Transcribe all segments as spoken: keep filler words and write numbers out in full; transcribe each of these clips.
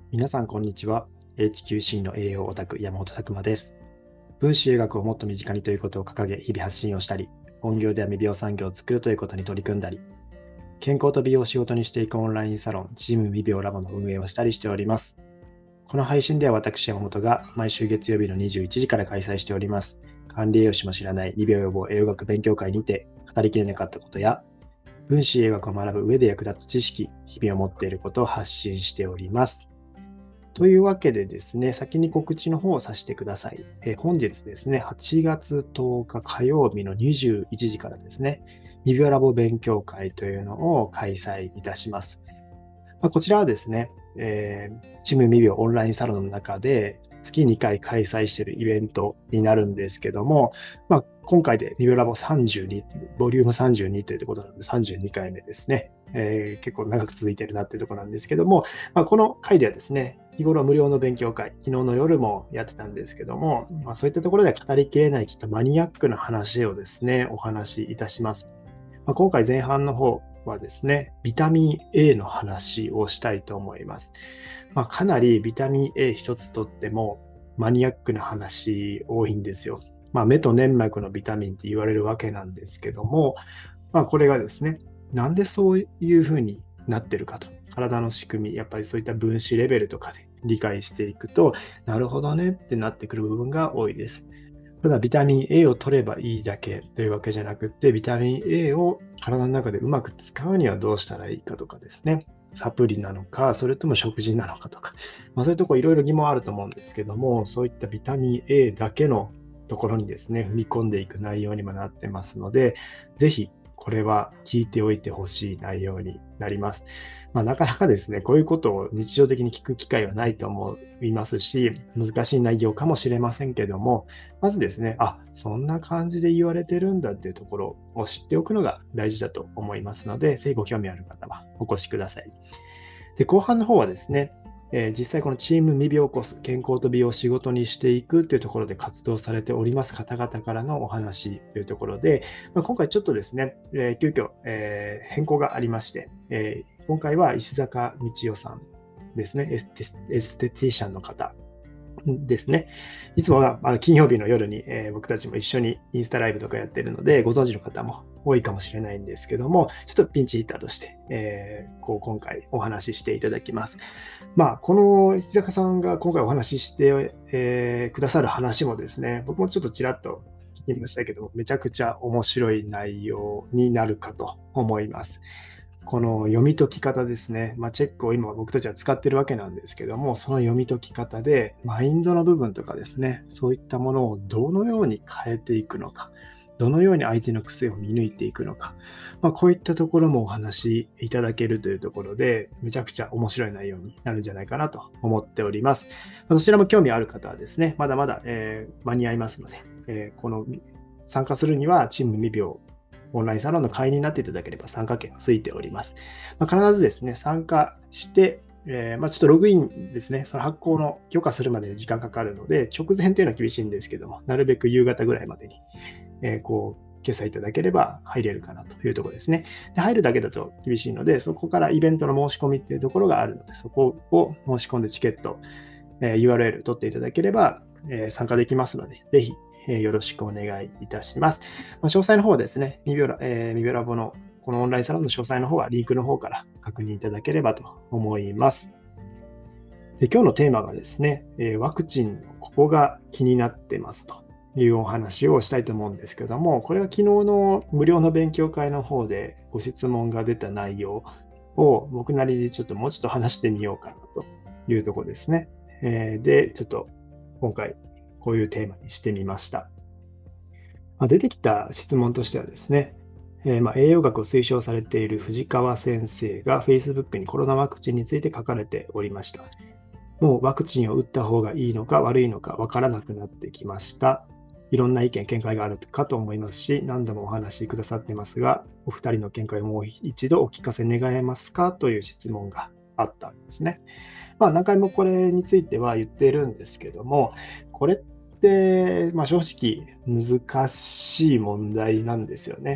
皆さん、こんにちは。エイチキューシー の栄養オタク、山本拓馬です。分子栄学をもっと身近にということを掲げ、日々発信をしたり、本業では未病産業を作るということに取り組んだり、健康と美容を仕事にしていくオンラインサロン、チーム未病ラボの運営をしたりしております。この配信では私、山本が毎週月曜日のにじゅういちじから開催しております。管理栄養士も知らない未病予防栄養学勉強会にて、語りきれなかったことや、分子栄学を学ぶ上で役立つ知識、日々を持っていることを発信しております。というわけでですね、先に告知の方をさせてください。えー本日ですね、はちがつとおか火曜日のにじゅういちじからですね、未病ラボ勉強会というのを開催いたします。まあ、こちらはですね、えー、チーム未病オンラインサロンの中で月にかい開催しているイベントになるんですけども、まあ、今回で未病ラボさんじゅうに、ボリュームさんじゅうにということなのでさんじゅうにかいめですね。えー結構長く続いているなっていうところなんですけども、まあ、この回ではですね、日頃無料の勉強会、昨日の夜もやってたんですけども、まあ、そういったところでは語りきれないちょっとマニアックな話をですね、お話しいたします。まあ、今回前半の方はですね、ビタミン A の話をしたいと思います。まあ、かなりビタミン A 一つとってもマニアックな話多いんですよ。まあ、目と粘膜のビタミンって言われるわけなんですけども、まあ、これがですね、なんでそういうふうになってるかと、体の仕組み、やっぱりそういった分子レベルとかで理解していくと、なるほどねってなってくる部分が多いです。ただ、ビタミン A を取ればいいだけというわけじゃなくって、ビタミン A を体の中でうまく使うにはどうしたらいいかとかですね、サプリなのか、それとも食事なのかとか、まあ、そういうところいろいろ疑問あると思うんですけども、そういったビタミン A だけのところにですね、踏み込んでいく内容にもなってますので、ぜひこれは聞いておいてほしい内容になります。まあ、なかなかですね、こういうことを日常的に聞く機会はないと思いますし、難しい内容かもしれませんけども、まずですね、あ、そんな感じで言われてるんだっていうところを知っておくのが大事だと思いますので、ぜひご興味ある方はお越しください。で、後半の方はですね、えー実際このチーム未病コース、健康と美容を仕事にしていくというところで活動されております方々からのお話というところで、まあ、今回ちょっとですね、えー急遽、えー変更がありまして、えー今回は石坂道代さんですね、エステエステティシャンの方ですね。いつもはあの金曜日の夜に、えー僕たちも一緒にインスタライブとかやってるので、ご存知の方も多いかもしれないんですけども、ちょっとピンチヒッターとして、えーこう今回お話ししていただきます。まあ、この石坂さんが今回お話しして、えーくださる話もですね、僕もちょっとちらっと聞きましたけども、めちゃくちゃ面白い内容になるかと思います。この読み解き方ですね。まあ、チェックを今僕たちは使ってるわけなんですけども、その読み解き方で、マインドの部分とかですね、そういったものをどのように変えていくのか、どのように相手の癖を見抜いていくのか、まあ、こういったところもお話しいただけるというところで、めちゃくちゃ面白い内容になるんじゃないかなと思っております。まあどちらも興味ある方はですね、まだまだ、えー間に合いますので、えーこの参加するにはチーム未病オンラインサロンの会員になっていただければ参加券ついております。まあ、必ずですね、参加して、えーまあ、ちょっとログインですね、その発行の許可するまでに時間かかるので、直前というのは厳しいんですけども、なるべく夕方ぐらいまでに、えーこう、決済いただければ入れるかなというところですね。で入るだけだと厳しいので、そこからイベントの申し込みっていうところがあるので、そこを申し込んでチケット、えー ユーアールエル 取っていただければ、えー参加できますので、ぜひ、えーよろしくお願いいたします。まあ、詳細の方はですね、ミビオラ、えーミビオラボのこのオンラインサロンの詳細の方はリンクの方から確認いただければと思います。で、今日のテーマがですね、えーワクチンのここが気になってますというお話をしたいと思うんですけども、これは昨日の無料の勉強会の方でご質問が出た内容を僕なりにちょっともうちょっと話してみようかなというところですね。えーで、ちょっと今回こういうテーマにしてみました。まあ、出てきた質問としてはですね、えーまあ、栄養学を推奨されている藤川先生が Facebook にコロナワクチンについて書かれておりました。もうワクチンを打った方がいいのか悪いのかわからなくなってきました。いろんな意見、見解があるかと思いますし、何度もお話しくださってますが、お二人の見解をもう一度お聞かせ願えますかという質問があったんですね。まあ、何回もこれについては言っているんですけども、これって、まあ、正直難しい問題なんですよね。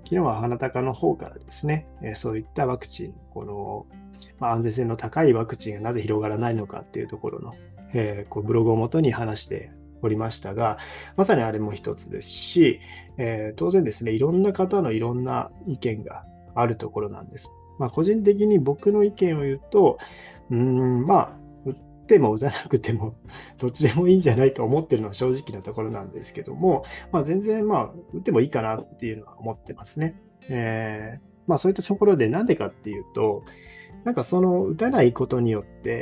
昨日は鼻高の方からですね、えーそういったワクチン、この、まあ、安全性の高いワクチンがなぜ広がらないのかっていうところの、えーこうブログをもとに話しておりましたが、まさにあれも一つですし、えー当然ですね、いろんな方のいろんな意見があるところなんです。まあ、個人的に僕の意見を言うと、うーん、まあ、打っても打たなくてもどっちでもいいんじゃないと思ってるのは正直なところなんですけども、まあ、全然、まあ、打ってもいいかなっていうのは思ってますね。えーまあ、そういったところでなんでかっていうと、なんかその打たないことによって、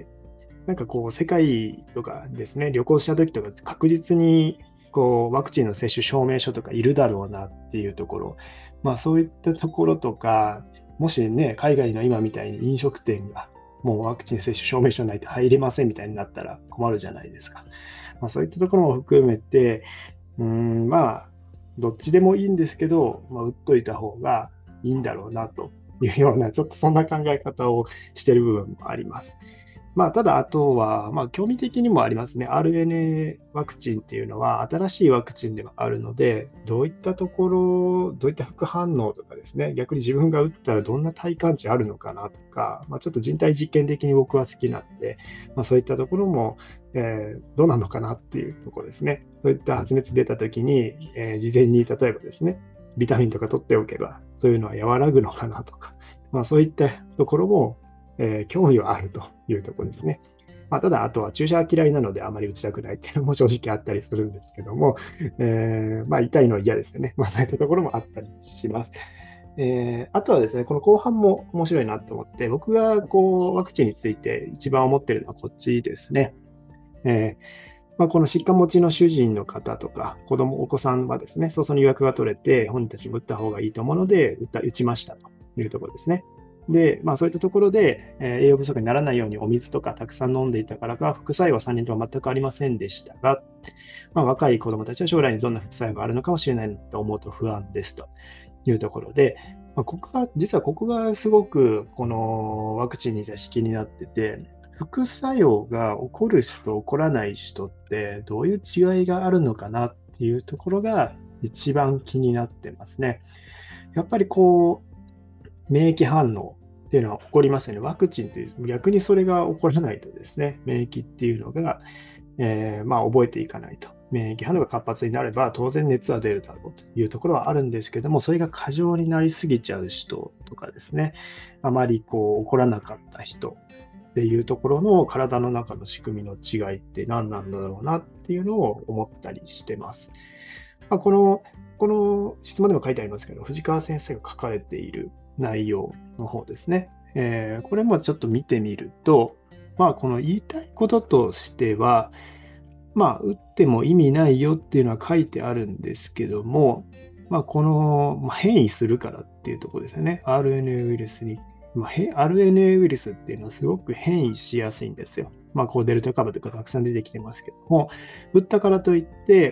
なんかこう世界とかですね、旅行した時とか確実にこうワクチンの接種証明書とかいるだろうなっていうところ、まあそういったところとか、もしね、海外の今みたいに飲食店がもうワクチン接種証明書ないと入れませんみたいになったら困るじゃないですか。まあそういったところも含めて、うーん、まあ、どっちでもいいんですけど、まあ、打っといた方がいいんだろうなというような、ちょっとそんな考え方をしている部分もあります。まあ、ただ、あとは、まあ、興味的にもありますね。アールエヌエー ワクチンっていうのは新しいワクチンではあるので、どういったところ、どういった副反応とかですね、逆に自分が打ったらどんな体感値あるのかなとか、まあ、ちょっと人体実験的に僕は好きなんで、まあ、そういったところも、えーどうなのかなっていうところですね。そういった発熱出た時に、えー事前に例えばですね、ビタミンとか取っておけば、そういうのは和らぐのかなとか、まあ、そういったところも、えー興味はあるというところですね。まあ、ただ、あとは注射は嫌いなのであまり打ちたくないっていうのも正直あったりするんですけども、えーまあ、痛いのは嫌ですよね。まあ、そういったところもあったりします。えーあとはですね、この後半も面白いなと思って、僕がこうワクチンについて一番思ってるのはこっちですね。えーまあ、この疾患持ちの主人の方とか、子供、お子さんはですね、早々に予約が取れて、本人たちも打った方がいいと思うので、打った打ちましたというところですね。で、まあ、そういったところで、えー栄養不足にならないようにお水とかたくさん飲んでいたからか、副作用はさんにんとも全くありませんでしたが、まあ、若い子供たちは将来にどんな副作用があるのかもしれないと思うと不安ですというところで、まあ、ここが、実はここがすごくこのワクチンに対して気になってて、副作用が起こる人、起こらない人ってどういう違いがあるのかなっていうところが一番気になってますね。やっぱりこう、免疫反応っていうのは起こりますよね。ワクチンって逆にそれが起こらないとですね、免疫っていうのが、えーまあ、覚えていかないと。免疫反応が活発になれば当然熱は出るだろうというところはあるんですけども、それが過剰になりすぎちゃう人とかですね、あまりこう起こらなかった人っていうところの体の中の仕組みの違いって何なんだろうなっていうのを思ったりしてます。まあ、この、この質問でも書いてありますけど、藤川先生が書かれている内容の方ですね。えーこれもちょっと見てみると、まあ、この言いたいこととしては、まあ、打っても意味ないよっていうのは書いてあるんですけども、まあ、この、まあ、変異するからっていうところですよね。アールエヌエー ウイルスに。まあ、へ アールエヌエー ウイルスっていうのはすごく変異しやすいんですよ。まあ、こうデルタ株とかたくさん出てきてますけども、打ったからといって、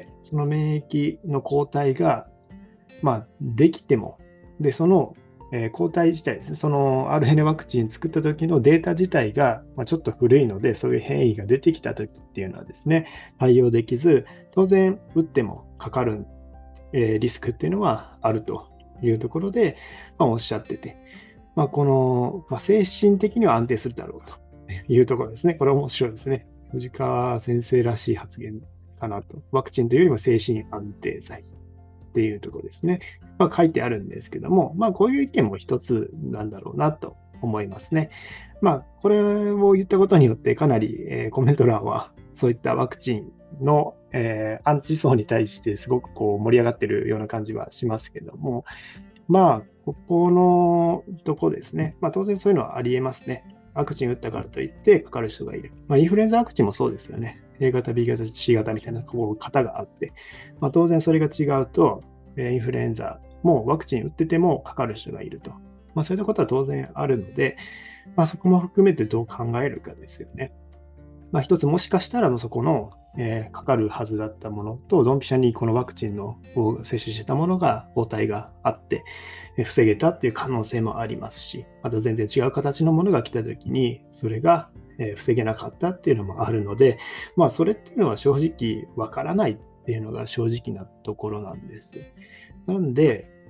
その免疫の抗体が、まあ、できても、で、その、えー抗体自体ですね、その アールエヌエー ワクチン作った時のデータ自体が、まあ、ちょっと古いので、そういう変異が出てきた時っていうのはですね、対応できず、当然打ってもかかる、えーリスクっていうのはあるというところで、まあ、おっしゃってて、まあ、この、まあ、精神的には安定するだろうというところですね。これ面白いですね。藤川先生らしい発言かなと。ワクチンというよりも精神安定剤っていうところですね。まあ、書いてあるんですけども、まあ、こういう意見も一つなんだろうなと思いますね。まあ、これを言ったことによって、かなり、えーコメント欄は、そういったワクチンの、えーアンチ層に対してすごくこう盛り上がってるような感じはしますけども、まあ、ここのとこですね。まあ、当然そういうのはありえますね。ワクチン打ったからといってかかる人がいる。まあ、インフルエンザワクチンもそうですよね。A 型、B 型、C 型みたいなこう型があって、まあ、当然それが違うと、えーインフルエンザもワクチン打っててもかかる人がいると。まあ、そういったことは当然あるので、まあ、そこも含めてどう考えるかですよね。まあ、一つもしかしたらもうそこの、えーかかるはずだったものと、ドンピシャにこのワクチンのを接種したものが抗体があって、えー防げたっていう可能性もありますし、また全然違う形のものが来たときに、それがえー防げなかったっていうのもあるので、まあ、それっていうのは正直わからないっていうのが正直なところなんです。なんで、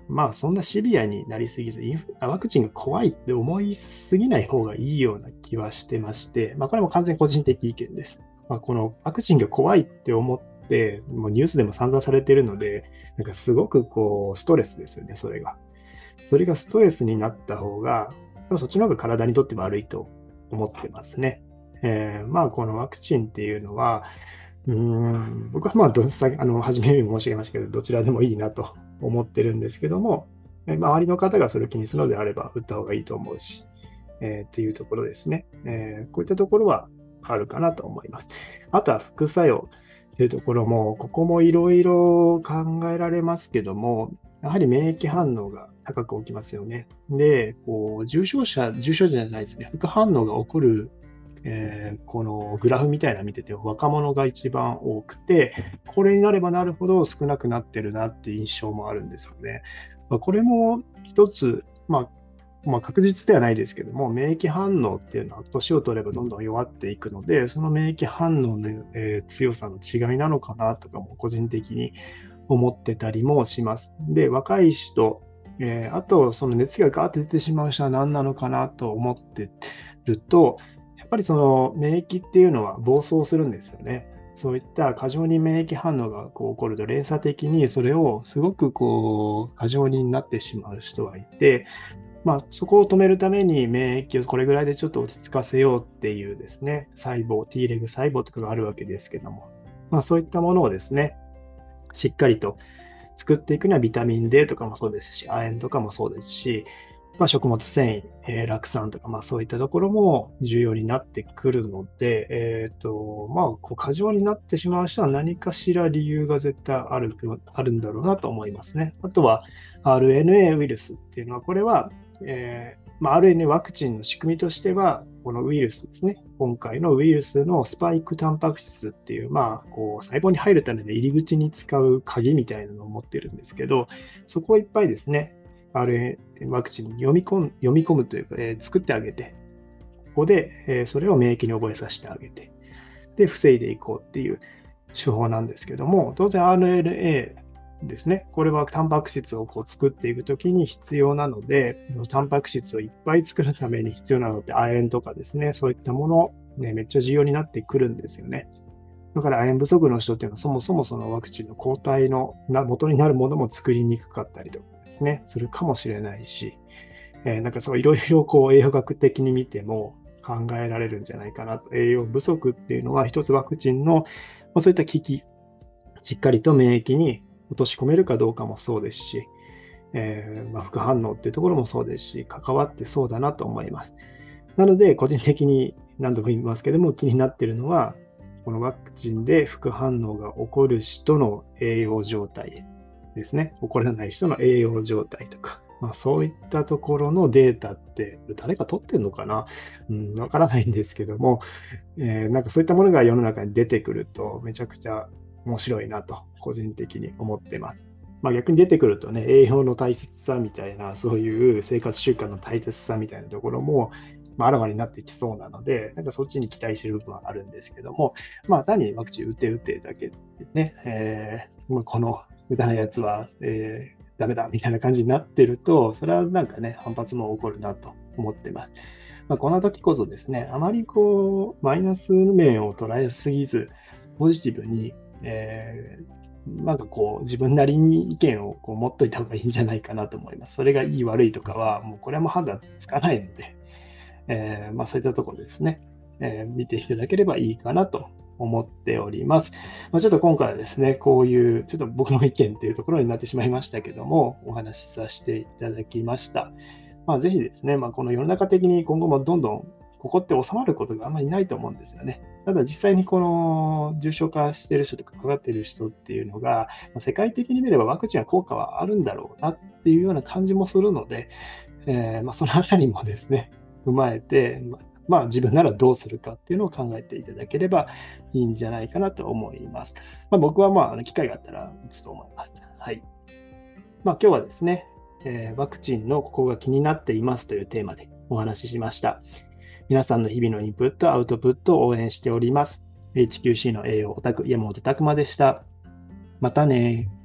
まあそんなシビアになりすぎず、インフワクチンが怖いって思いすぎない方がいいような気はしてまして、まあこれも完全に個人的意見です。まあ、このワクチンが怖いって思って、もうニュースでも散々されているので、なんかすごくこうストレスですよね、それが。それがストレスになった方が、そっちの方が体にとって悪いと思ってますね。えーまあこのワクチンっていうのは、うーん、僕はまあどさあの初めにも申し上げましたけど、どちらでもいいなと思ってるんですけども、え周りの方がそれを気にするのであれば、打った方がいいと思うし、えーっていうところですね。えーこういったところはあるかなと思います。あとは副作用っていうところも、ここもいろいろ考えられますけども、やはり免疫反応が高く起きますよね。で、こう重症者、重症者じゃないですね、副反応が起こる、えーこのグラフみたいなの見てて、若者が一番多くて、これになればなるほど少なくなってるなっていう印象もあるんですよね。まあ、これも一つ、まあまあ、確実ではないですけども、免疫反応っていうのは年を取ればどんどん弱っていくので、その免疫反応の、えー強さの違いなのかなとかも個人的に思ってたりもします。で、若い人、えーあとその熱がガーッて出てしまう人は何なのかなと思ってると、やっぱりその免疫っていうのは暴走するんですよね。そういった過剰に免疫反応がこう起こると連鎖的にそれをすごくこう過剰になってしまう人がいて、まあ、そこを止めるために免疫をこれぐらいでちょっと落ち着かせようっていうですね、細胞、T レグ細胞とかがあるわけですけども、まあ、そういったものをですね、しっかりと作っていくにはビタミン D とかもそうですし、亜鉛とかもそうですし、まあ、食物繊維、えー、酪酸とか、まあ、そういったところも重要になってくるので、えーとまあ、こう過剰になってしまう人は何かしら理由が絶対あるあるんだろうなと思いますね。あとは アールエヌエー ウイルスっていうのは、これは、えーまあ、アールエヌエー ワクチンの仕組みとしては、このウイルスですね、今回のウイルスのスパイクタンパク質っていう、まあ、こう細胞に入るための入り口に使う鍵みたいなのを持ってるんですけど、そこをいっぱいですね、アールエヌエー ワクチンに読み込む読み込むというか、えー作ってあげて、ここで、えーそれを免疫に覚えさせてあげて、で、防いでいこうっていう手法なんですけども、当然 アールエヌエー ですね。これはタンパク質をこう作っていくときに必要なので、タンパク質をいっぱい作るために必要なのって亜鉛とかですね、そういったもの、ね、めっちゃ重要になってくるんですよね。だから亜鉛不足の人っていうのはそもそもそのワクチンの抗体のな元になるものも作りにくかったりとかですね、するかもしれないし、えーなんかそういろいろこう栄養学的に見ても考えられるんじゃないかなと。栄養不足っていうのは一つワクチンの、まあ、そういった危機、しっかりと免疫に落とし込めるかどうかもそうですし、えーまあ、副反応っていうところもそうですし、関わってそうだなと思います。なので、個人的に何度も言いますけども、気になっているのは、このワクチンで副反応が起こる人の栄養状態ですね。起こらない人の栄養状態とか、まあ、そういったところのデータって、誰か取ってんのかな、うん、わからないんですけども、えーなんかそういったものが世の中に出てくると、めちゃくちゃ面白いなと、個人的に思ってます。まあ、逆に出てくるとね、栄養の大切さみたいな、そういう生活習慣の大切さみたいなところも、まあ、あらわになってきそうなので、なんかそっちに期待している部分はあるんですけども、まあ、単にワクチン打て打てだけでね、えーまあこの打たないやつは、えーダメだみたいな感じになってると、それはなんかね、反発も起こるなと思ってます。まあ、こんな時こそですね、あまりこう、マイナス面を捉えすぎず、ポジティブに、えーなんかこう、自分なりに意見をこう持っといた方がいいんじゃないかなと思います。それがいい悪いとかは、もうこれはもう判断つかないので、えーまあ、そういったところですね、えー見ていただければいいかなと思っております。まあ、ちょっと今回はですね、こういう、ちょっと僕の意見っていうところになってしまいましたけども、お話しさせていただきました。まあ、ぜひですね、まあ、この世の中的に今後もどんどんここって収まることがあんまりないと思うんですよね。ただ実際にこの重症化している人とかかかっている人っていうのが、まあ世界的に見ればワクチンは効果はあるんだろうなっていうような感じもするので、えーまあ、そのあたりもですね、踏まえて、まあまあ、自分ならどうするかっていうのを考えていただければいいんじゃないかなと思います。まあ、僕はまあ、あの機会があったら打つと思います。はい。まあ、今日はですね、えーワクチンのここが気になっていますというテーマでお話ししました。皆さんの日々のインプット、アウトプットを応援しております。エイチキューシー の栄養オタク、山本拓馬でした。またね